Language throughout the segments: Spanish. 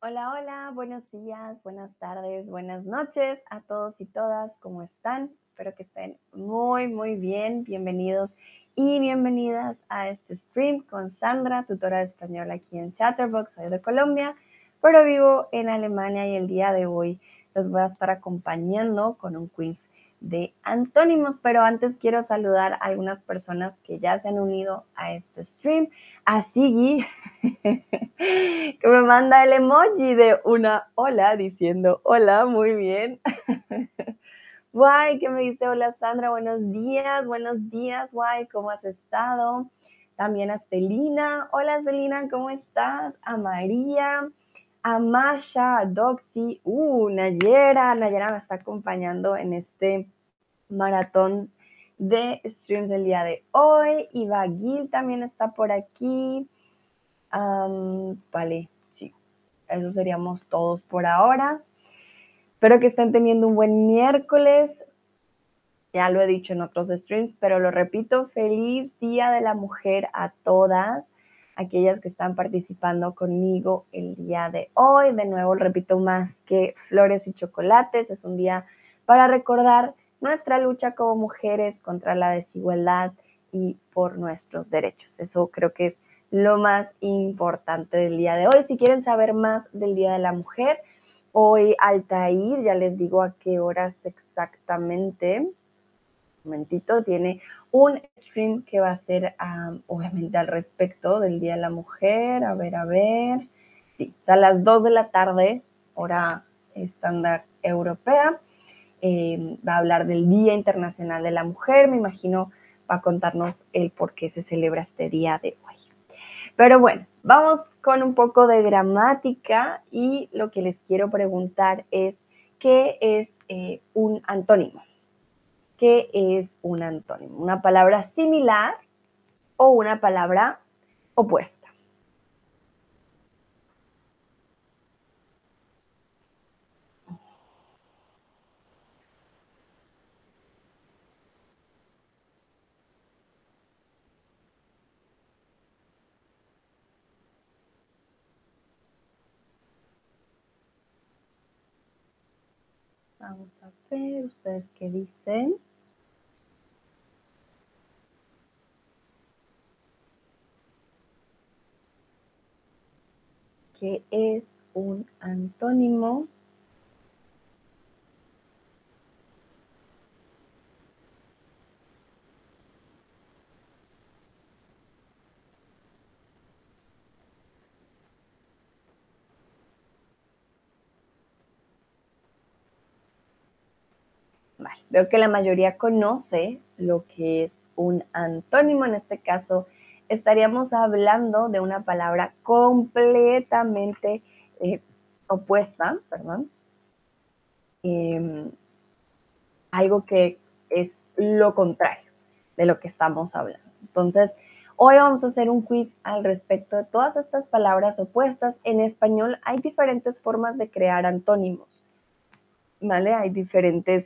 Hola, hola, buenos días, buenas tardes, buenas noches a todos y todas, ¿cómo están? Espero que estén muy bien. Bienvenidos y bienvenidas a este stream con Sandra, tutora de español aquí en Chatterbox. Soy de Colombia, pero vivo en Alemania y el día de hoy los voy a estar acompañando con un quiz de antónimos, pero antes quiero saludar a algunas personas que ya se han unido a este stream. A Sigi, que me manda el emoji de una hola diciendo hola, muy bien. Guay, que me dice hola Sandra, buenos días, guay, ¿cómo has estado? También a Celina, hola Celina, ¿cómo estás? A María, a Masha, a Doxy, Nayera me está acompañando en este maratón de streams del día de hoy. Iva Gil también está por aquí. Vale, sí, eso seríamos todos por ahora. Espero que estén teniendo un buen miércoles. Ya lo he dicho en otros streams, pero lo repito, feliz Día de la Mujer a todas aquellas que están participando conmigo el día de hoy. De nuevo, repito, más que flores y chocolates, es un día para recordar nuestra lucha como mujeres contra la desigualdad y por nuestros derechos. Eso creo que es lo más importante del día de hoy. Si quieren saber más del Día de la Mujer, hoy Altair, ya les digo a qué horas exactamente, momentito, tiene un stream que va a ser obviamente al respecto del Día de la Mujer. A ver. Sí, a las 2 de la tarde, hora estándar europea. Va a hablar del Día Internacional de la Mujer. Me imagino va a contarnos el por qué se celebra este día de hoy. Pero bueno, vamos con un poco de gramática y lo que les quiero preguntar es, ¿qué es un antónimo? ¿Qué es un antónimo? ¿Una palabra similar o una palabra opuesta? Vamos a ver, ¿ustedes qué dicen? ¿Qué es un antónimo? Vale, veo que la mayoría conoce lo que es un antónimo. En este caso, estaríamos hablando de una palabra completamente opuesta, perdón. Algo que es lo contrario de lo que estamos hablando. Entonces, hoy vamos a hacer un quiz al respecto de todas estas palabras opuestas. En español hay diferentes formas de crear antónimos, ¿vale? Hay diferentes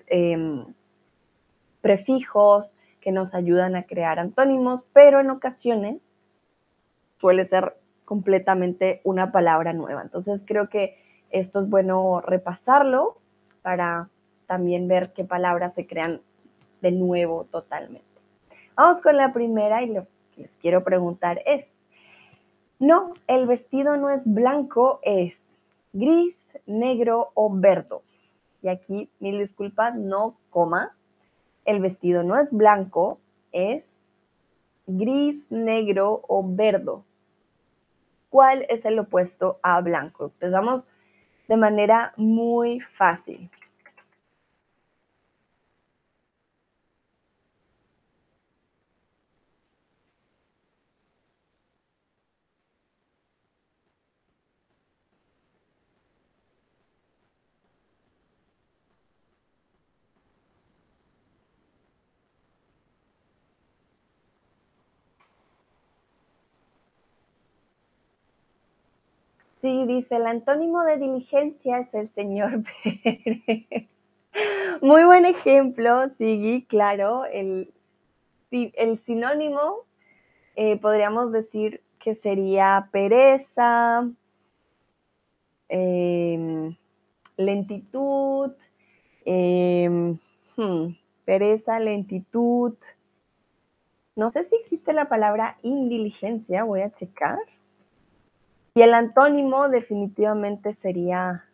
prefijos que nos ayudan a crear antónimos, pero en ocasiones suele ser completamente una palabra nueva. Entonces, creo que esto es bueno repasarlo para también ver qué palabras se crean de nuevo totalmente. Vamos con la primera y lo que les quiero preguntar es, no, el vestido no es blanco, es gris, negro o verde. Y aquí, mil disculpas, no coma. El vestido no es blanco, es gris, negro o verde. ¿Cuál es el opuesto a blanco? Empezamos de manera muy fácil. Sí, dice, el antónimo de diligencia es el señor Pérez. Muy buen ejemplo, Sigui, claro. El sinónimo podríamos decir que sería pereza, lentitud, pereza, lentitud. No sé si existe la palabra indiligencia, voy a checar. Y el antónimo definitivamente sería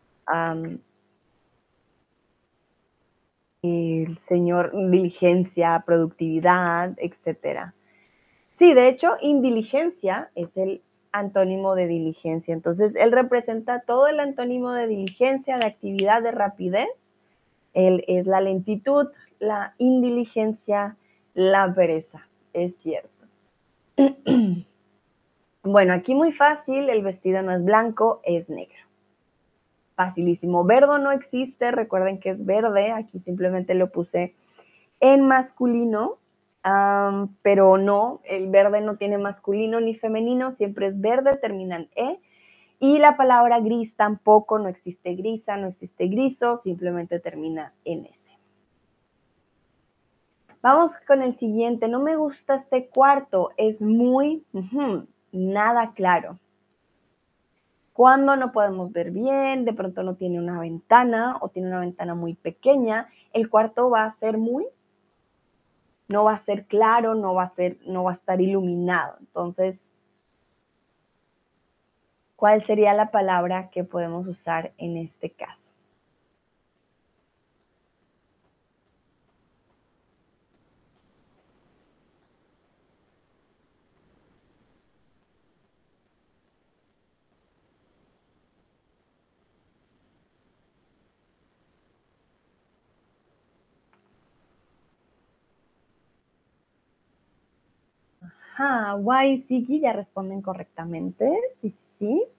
el señor diligencia, productividad, etcétera. Sí, de hecho, indiligencia es el antónimo de diligencia. Entonces, él representa todo el antónimo de diligencia, de actividad, de rapidez. Él es la lentitud, la indiligencia, la pereza. Es cierto. Bueno, aquí muy fácil, el vestido no es blanco, es negro. Facilísimo. Verdo no existe, recuerden que es verde, aquí simplemente lo puse en masculino, pero no, el verde no tiene masculino ni femenino, siempre es verde, termina en E. Y la palabra gris tampoco, no existe grisa, no existe griso, simplemente termina en S. Vamos con el siguiente. No me gusta este cuarto, es muy nada claro. Cuando no podemos ver bien, de pronto no tiene una ventana o tiene una ventana muy pequeña, el cuarto va a ser no va a ser claro, no va a estar iluminado. Entonces, ¿cuál sería la palabra que podemos usar en este caso? Why y Siggy ya responden correctamente. Sí, sí, sí.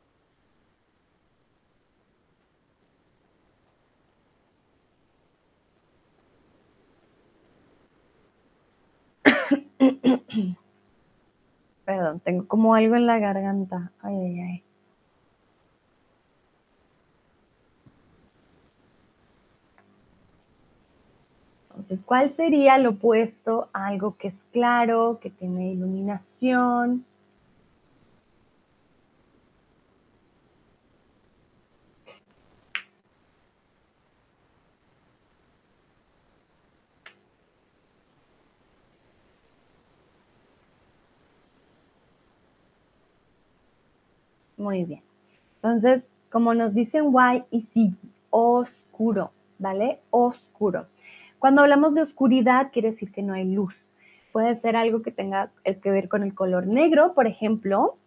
Perdón, tengo como algo en la garganta. Ay, ay, ay. Entonces, ¿cuál sería lo opuesto a algo que es claro, que tiene iluminación? Muy bien. Entonces, como nos dicen Y y Siggy, oscuro, ¿vale? Oscuro. Cuando hablamos de oscuridad, quiere decir que no hay luz. Puede ser algo que tenga que ver con el color negro, por ejemplo,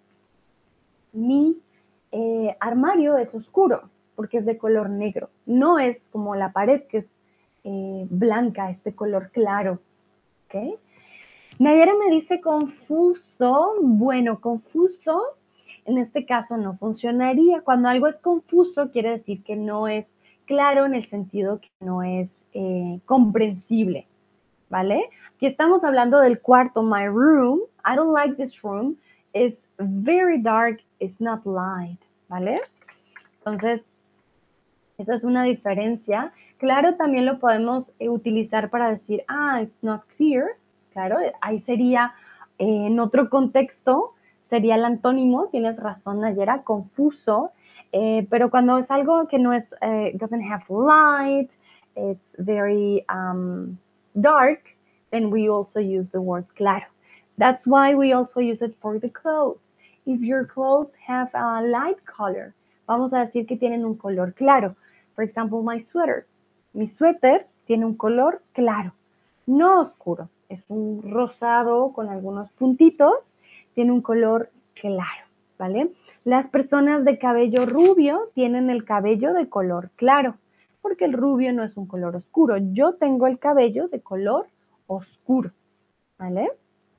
mi armario es oscuro porque es de color negro. No es como la pared que es blanca, es de color claro. ¿Okay? Nayara me dice confuso. Bueno, confuso en este caso no funcionaría. Cuando algo es confuso quiere decir que no es claro en el sentido que no es comprensible, ¿vale? Aquí estamos hablando del cuarto, my room. I don't like this room. It's very dark. It's not light, ¿vale? Entonces, esa es una diferencia. Claro, también lo podemos utilizar para decir, it's not clear. Claro, ahí sería, en otro contexto, sería el antónimo, tienes razón, Nayera, confuso. Pero cuando es algo que no es, doesn't have light, it's very dark, then we also use the word claro. That's why we also use it for the clothes. If your clothes have a light color, vamos a decir que tienen un color claro. For example, my sweater. Mi suéter tiene un color claro, no oscuro. Es un rosado con algunos puntitos. Tiene un color claro, ¿vale? Las personas de cabello rubio tienen el cabello de color claro, porque el rubio no es un color oscuro. Yo tengo el cabello de color oscuro, ¿vale?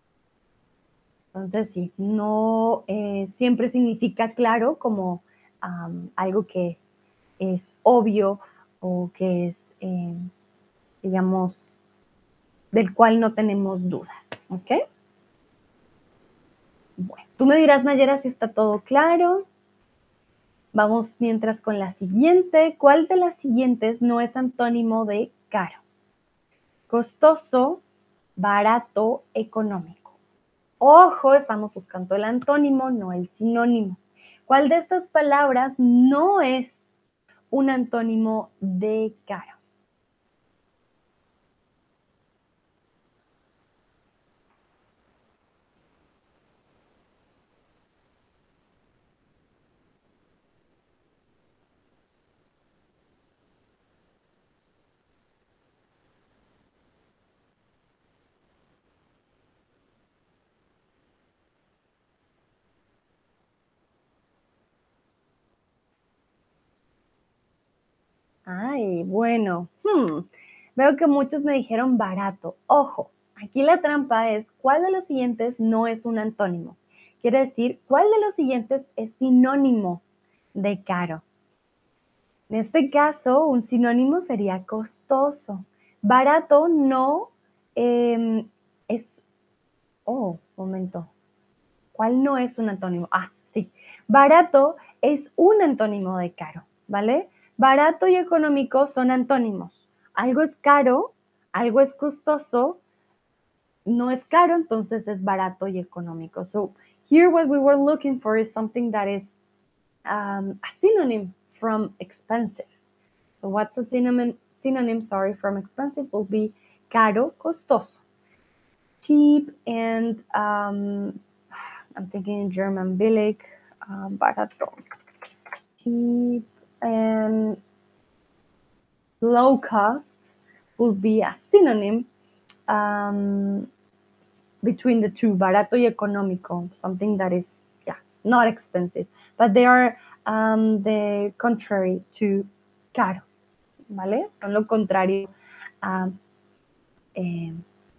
Entonces, sí, no siempre significa claro como algo que es obvio o que es, digamos, del cual no tenemos dudas, ¿ok? Bueno, tú me dirás, Nayera, si está todo claro. Vamos mientras con la siguiente. ¿Cuál de las siguientes no es antónimo de caro? Costoso, barato, económico. Ojo, estamos buscando el antónimo, no el sinónimo. ¿Cuál de estas palabras no es un antónimo de caro? Ay, bueno. Veo que muchos me dijeron barato. Ojo, aquí la trampa es cuál de los siguientes no es un antónimo. Quiere decir, ¿cuál de los siguientes es sinónimo de caro? En este caso, un sinónimo sería costoso. Barato no es... Oh, momento. ¿Cuál no es un antónimo? Ah, sí. Barato es un antónimo de caro, ¿vale? Barato y económico son antónimos. Algo es caro, algo es costoso, no es caro, entonces es barato y económico. So here what we were looking for is something that is a synonym from expensive. So what's a synonym, sorry, from expensive will be caro, costoso. Cheap and I'm thinking in German, billig, barato. Cheap and low cost will be a synonym um, between the two, barato y económico, something that is, yeah, not expensive, but they are the contrary to caro, ¿vale? Son lo contrario a, eh,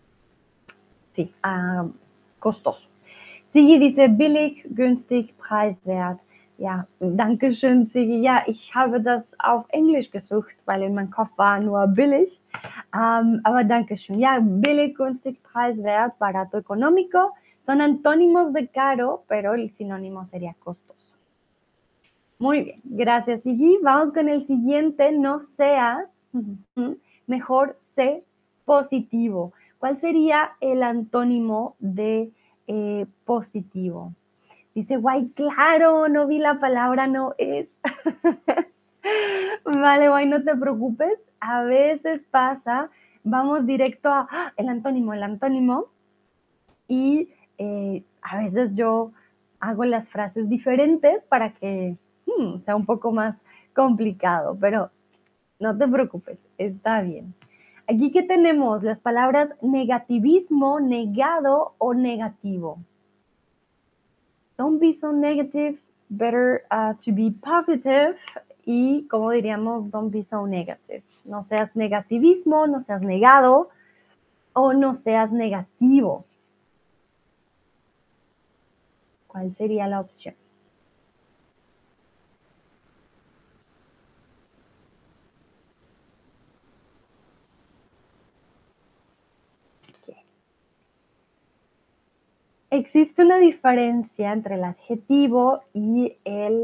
sí, a costoso. Sigi dice billig, günstig, preiswert. Ja, danke schön, Sigi. Ja, ich habe das auf Englisch gesucht, weil in meinem Kopf war nur billig. Aber danke schön. Ja, billig, günstig, preiswert, barato, económico son antónimos de caro, pero el sinónimo sería costoso. Muy bien, gracias, Sigi. Vamos con el siguiente. No seas, mejor sé positivo. ¿Cuál sería el antónimo de positivo? Dice, guay, claro, no vi la palabra, no es. Vale, guay, no te preocupes. A veces pasa, vamos directo a el antónimo, y a veces yo hago las frases diferentes para que sea un poco más complicado, pero no te preocupes, está bien. Aquí que tenemos las palabras negativismo, negado o negativo. Don't be so negative, better to be positive. Y como diríamos, don't be so negative. No seas negativismo, no seas negado o no seas negativo. ¿Cuál sería la opción? Sí. Existe una diferencia entre el adjetivo y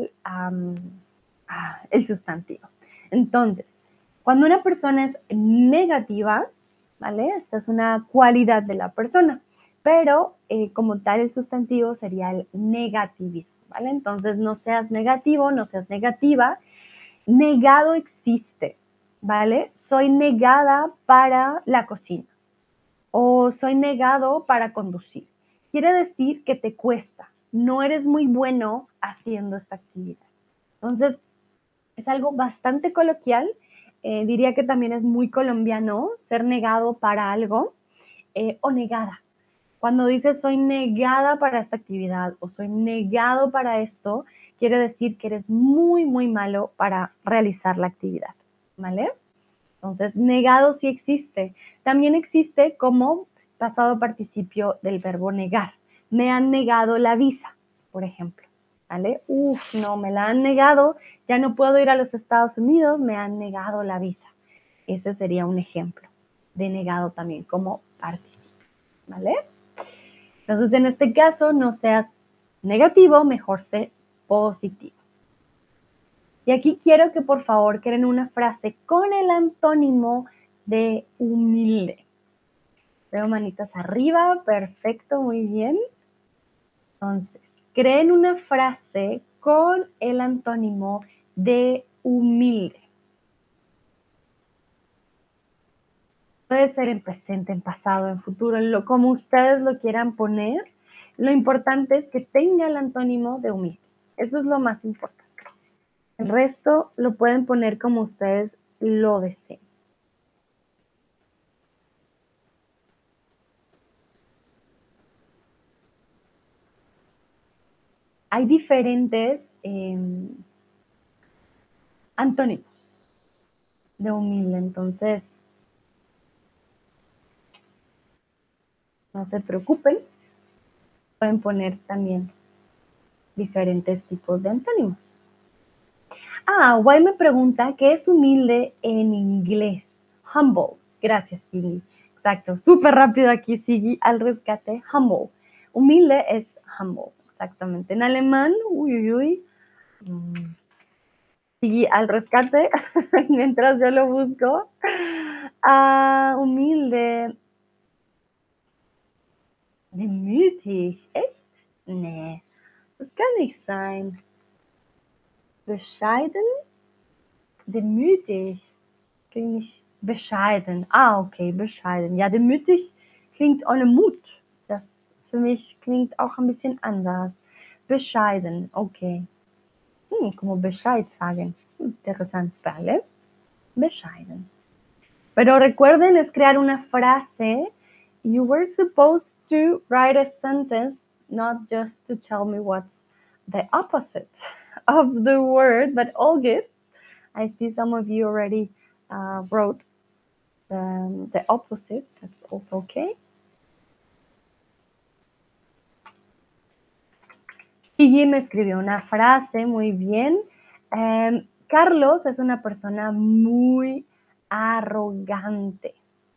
el sustantivo. Entonces, cuando una persona es negativa, ¿vale? Esta es una cualidad de la persona, pero como tal el sustantivo sería el negativismo, ¿vale? Entonces, no seas negativo, no seas negativa. Negado existe, ¿vale? Soy negada para la cocina o soy negado para conducir. Quiere decir que te cuesta, no eres muy bueno haciendo esta actividad. Entonces, es algo bastante coloquial. Diría que también es muy colombiano ser negado para algo o negada. Cuando dices soy negada para esta actividad o soy negado para esto, quiere decir que eres muy, muy malo para realizar la actividad, ¿vale? Entonces, negado sí existe. También existe como pasado participio del verbo negar. Me han negado la visa, por ejemplo. ¿Vale? No, me la han negado, ya no puedo ir a los Estados Unidos, me han negado la visa. Ese sería un ejemplo de negado también como participio. ¿Vale? Entonces, en este caso, no seas negativo, mejor sé positivo. Y aquí quiero que por favor creen una frase con el antónimo de humilde. Veo manitas arriba, perfecto, muy bien. Entonces, creen una frase con el antónimo de humilde. Puede ser en presente, en pasado, en futuro, como ustedes lo quieran poner. Lo importante es que tenga el antónimo de humilde. Eso es lo más importante. El resto lo pueden poner como ustedes lo deseen. Hay diferentes antónimos de humilde, entonces no se preocupen, pueden poner también diferentes tipos de antónimos. Guay me pregunta qué es humilde en inglés. Humble. Gracias, Siggy. Exacto, súper rápido aquí, Siggy, al rescate. Humble. Humilde es humble, exactamente. En alemán, uy, uy, uy. Siggy, al rescate, mientras yo lo busco. Humilde. Demütig. Echt? Nee, das kann nicht sein. Bescheiden? Demütig. Klingt nicht bescheiden. Okay, bescheiden. Ja, demütig klingt ohne Mut. Das für mich klingt auch ein bisschen anders. Bescheiden, okay. Como Bescheid sagen. Interessant, ¿vale? Bescheiden. Pero recuerden, es crear una frase. You were supposed to write a sentence, not just to tell me what's the opposite of the word, but all good. I see some of you already wrote the opposite. That's also okay. Y me escribió una frase, muy bien. Carlos es una persona muy arrogante.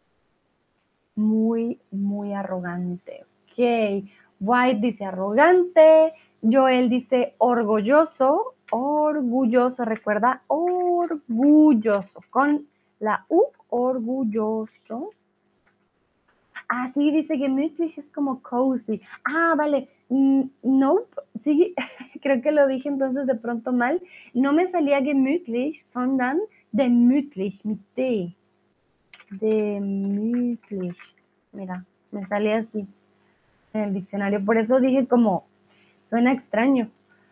Muy, muy arrogante. Ok. White dice arrogante. Joel dice orgulloso. Orgulloso, recuerda, orgulloso. Con la U, orgulloso. Sí, dice gemütlich es como cozy. Vale. Nope. Sí, creo que lo dije entonces de pronto mal. No me salía gemütlich, sondern demütlich, mit D. Demütlich. Mira, me salía así en el diccionario. Por eso dije como, suena extraño.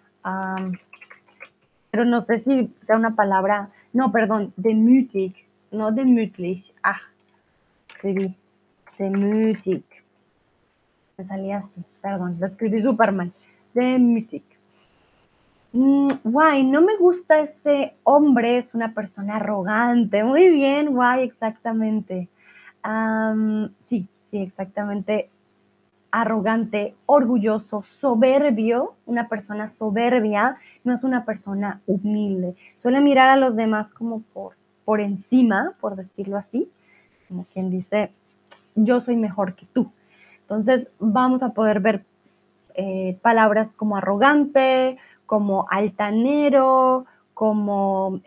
Pero no sé si sea una palabra. No, perdón, demütig, no demütlich. Escribí. Demütig. Me salía así, perdón, lo escribí súper mal. Demütig. Guay, no me gusta ese hombre, es una persona arrogante. Muy bien, guay, exactamente. Sí, exactamente. Arrogante, orgulloso, soberbio. Una persona soberbia no es una persona humilde. Suele mirar a los demás como por encima, por decirlo así. Como quien dice, yo soy mejor que tú. Entonces vamos a poder ver palabras como arrogante, como altanero, como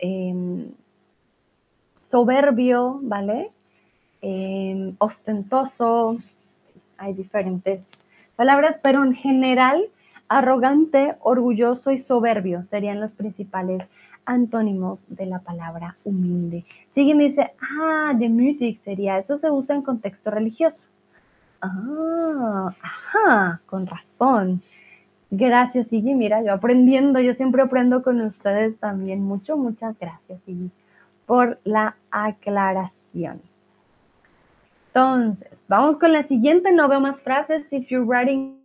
soberbio, ¿vale? Ostentoso. Hay diferentes palabras, pero en general, arrogante, orgulloso y soberbio serían los principales antónimos de la palabra humilde. Sigue y me dice, demütig sería, eso se usa en contexto religioso. Ajá, con razón. Gracias, Iggy. Mira, yo aprendiendo, yo siempre aprendo con ustedes también. Muchas gracias, Iggy, por la aclaración. Entonces, vamos con la siguiente. No veo más frases. If you're writing